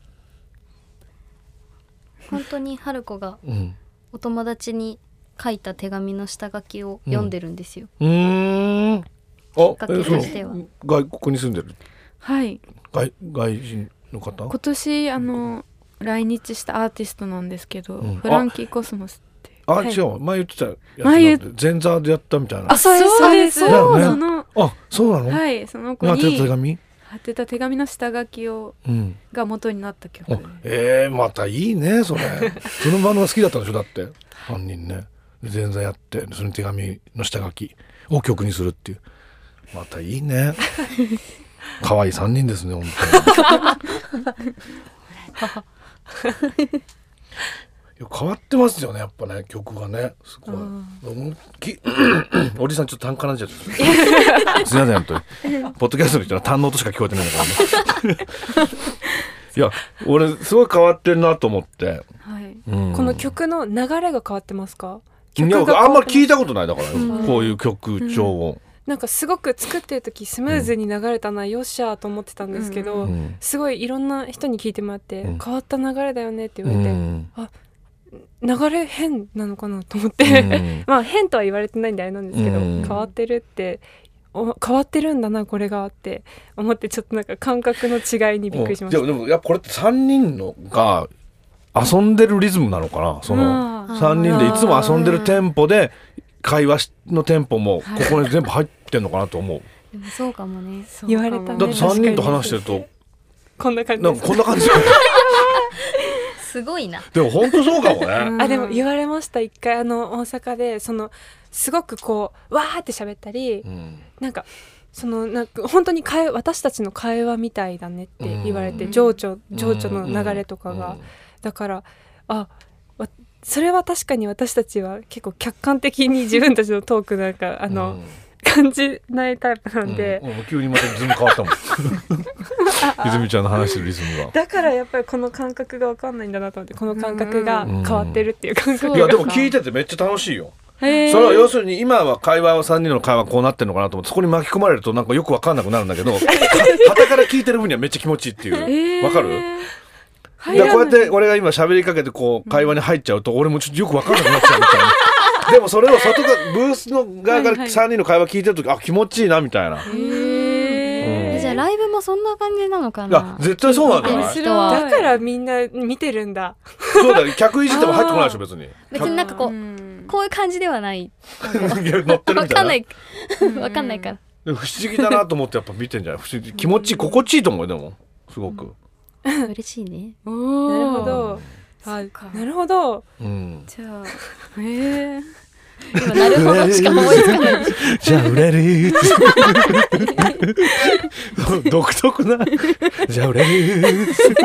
本当に春子がうんお友達に書いた手紙の下書きを読んでるんですよ、 うーんあかけえそのとしては外国に住んでるはい外外人の方今年あの来日したアーティストなんですけど、 うんフランキーコスモスっていうあ、 はい違う前言ってたやつ前言っなんて前座でやったみたいなあそうですそうですだよねそのあそうなの、 はいその子あ手に手紙貼ってた手紙の下書きをうんが元になった曲あで、 えー、またいいねそれそのバンドが好きだったんでしょだって犯人ねで前座やってその手紙の下書きを曲にするっていうまたいいね可愛いさんにんですね本当にいや変わってますよねやっぱね曲がねすごいうんきおじさんちょっと単価なんじゃってすいません本当にポッドキャストの人は堪能としか聞こえてないんだからねいや俺すごい変わってるなと思って、 はいうんこの曲の流れが変わってますか？ いや曲があんまり聞いたたことないだから、 うんこういう曲調を、 なんかすごく作ってる時スムーズに流れたな、よっしゃーと思ってたんですけど、 うんすごいいろんな人に聞いてもらって、 うん変わった流れだよねって言うわれて、 ん流れ変なのかなと思って、 うんまあ変とは言われてないんであれなんですけど、 うん変わってるってお変わってるんだなこれがって思って、ちょっとなんか感覚の違いにびっくりしました。 でもでもやっぱこれってさんにんのが遊んでるリズムなのかなそのあさんにんでいつも遊んでるテンポで会話のテンポもここに全部入ってんのかなと思うでもそうかもね。 そう言われたねだってさんにんと話してるとこんな感じですなんかこんな感じすごいな。 でも本当そうかもね、 うんあでも言われました。一回あの大阪でそのすごくこうわーって喋ったり、 うんなんかそのなんか本当に会私たちの会話みたいだねって言われて、 うん情緒情緒の流れとかが、だからあわそれは確かに私たちは結構客観的に自分たちのトークなんかあの、 うん感じないタイプなんで、 うんもう急にまたリズム変わったもん泉ちゃんの話してるリズムがだからやっぱりこの感覚が分かんないんだなと思って、この感覚が変わってるっていう感覚が、 いやでも聞いててめっちゃ楽しいよへーそれは要するに今は会話はさんにんの会話こうなってるのかなと思ってそこに巻き込まれるとなんかよく分かんなくなるんだけどはたから聞いてる分にはめっちゃ気持ちいいっていうわかるはいだからこうやって俺が今喋りかけてこう会話に入っちゃうと俺もちょっとよく分かんなくなっちゃうみたいなでもそれを外がブースの側からさんにんの会話聞いてるときあ気持ちいいなみたいなへーうんじゃあライブもそんな感じなのかいやな。 絶対そうなんじゃない見てる人はだからみんな見てるんだ。 そうだよ客いじっても入ってこないでしょ別に別になんかこう、 うんこういう感じではない。 いや乗ってるみたいわかんな。 ないわかんないから。 でも不思議だなと思ってやっぱ見てんじゃない不思議気持ちいい心地いいと思うよでもすごく嬉しいね。 おーなるほど。あなるほど。 うんじゃあへえ今なるほどしか思いつかない。 じゃあ売れる独特なじゃあ売れる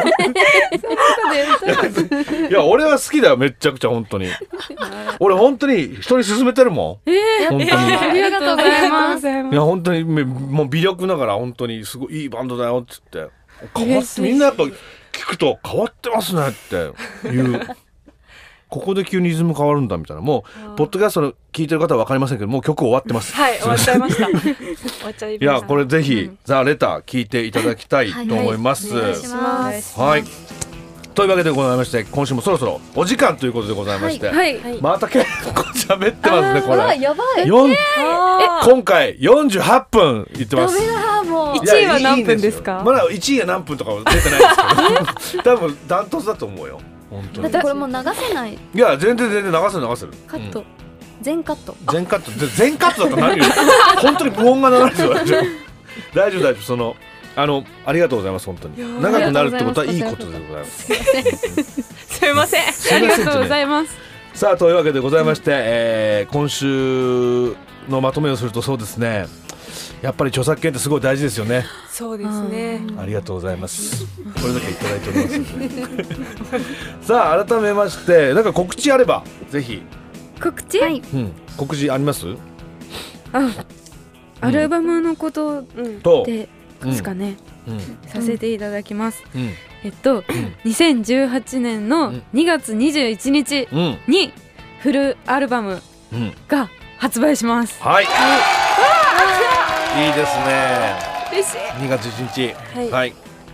いや俺は好きだよめっちゃくちゃ本当に俺本当に人に勧めてるもんえー本当にありがとうございますざいまいや本当にめもう微力ながら本当にすごいいいバンドだよっつって変わってみんなやっぱ聞くと変わってますねっていうここで急にリズム変わるんだみたいなもうポッドキャストの聞いてる方は分かりませんけどもう曲終わってますはい、終わっちゃいました。終わっちゃいました。 いやこれぜひ、ザ・レター聞いていただきたいと思います。 はいお願いしますはい。というわけでございまして今週もそろそろお時間ということでございまして、 はいはいまた結構喋ってますねこうわれ。 やばい。 よんあー今回よんじゅうはっぷん言ってます。 ダメだもう。 いちいは何やいいん分ですかよまだいちいが何分とかは出てないですけど多分ダントツだと思うよ本当にだってこれもう流せない。 いや全然全然流せる流せるカット、 うん全カット。 全カットぜ全カットだったら何よ本当に無音が流れてる大丈夫大丈夫大丈夫そのあのありがとうございます本当にいやー長くなるってことはいいことでございますすいません。 ありがとうございますさあというわけでございまして、えー今週のまとめをするとそうですねやっぱり著作権ってすごい大事ですよねそうですね。 ありがとうございますこれだけいただいておりますのでさあ改めましてなんか告知あればぜひ、 告知、 はい。 うん、告知ありますあアルバムのことうん。 と、 でうんですかね、 うんさせていただきます、 うんえっと、にせんじゅうはちねんのにがつにじゅういちにちうんにフルアルバムうんが発売します。 はい、いいですね。 嬉しい。 にがつじゅういちにちはいはい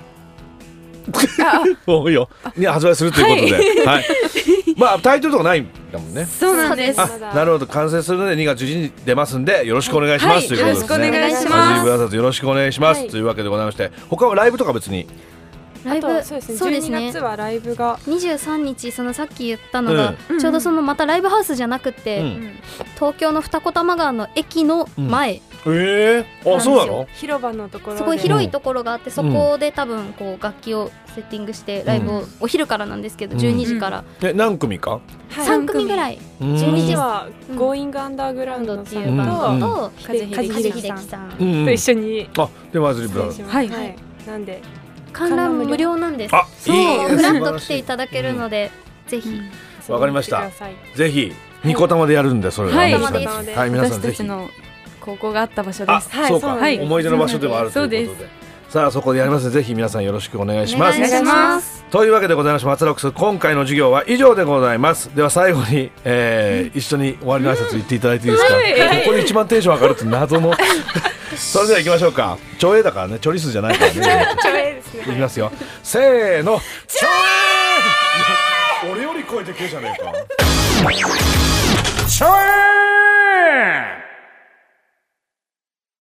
おいよに発売するということで、はい、まあタイトルとかないんだもんね。 そうなんです。 あ、なるほど、完成するのでにがつじゅういちにちに出ますんでよろしくお願いします、 はいということですね。 よろしくお願いしますマジリブラザーズよろしくお願いします、 はいというわけでございまして、他はライブとか別にライブあとそうですねそうですじゅうにねがつはライブがにじゅうさんにちそのさっき言ったのが、 うんちょうどそのまたライブハウスじゃなくて、 うん東京の二子玉川の駅の前、 えー、あ、そうなの？ 広場のところですごい広いところがあって、そこで多分こう楽器をセッティングしてライブを、お昼からなんですけど、 うんじゅうにじからえ、何組か？ はいさんくみぐらい、 うんじゅうにじはうんゴーイングアンダーグラウンドってさんいうバンドと、 と梶梶秀樹さん秀樹さん、 うんと一緒にあ、でマジリブラザーズ。 出演します。 はいはい。なんで観覧無料なんです。 あ、 そういいね、 フラッと素晴らしい来ていただけるので、ぜひ。 わかりました遊びに来てくださいぜひニコ玉でやるんで、それはい皆さんニコ玉ではい、皆さんぜひ私たち。の高校があった場所であ、 す。 そうか、 はいそうなんです思い出の場所でもあるということで。 そうでさあそこでやりますのでぜひ皆さんよろしくお願いします。 お願いします。 というわけでございまして、松ロックス今回の授業は以上でございます。では最後に、えー、一緒に終わりの挨拶言っていただいていいですか？ はいここで一番テンション上がるって謎のそれでは行きましょうか。ちょえだからね、チョリスじゃないからね。 ちょえですね。 いきますよ。せーの、ちょえー！いや俺より超えてけえじゃねえか。ちょえー！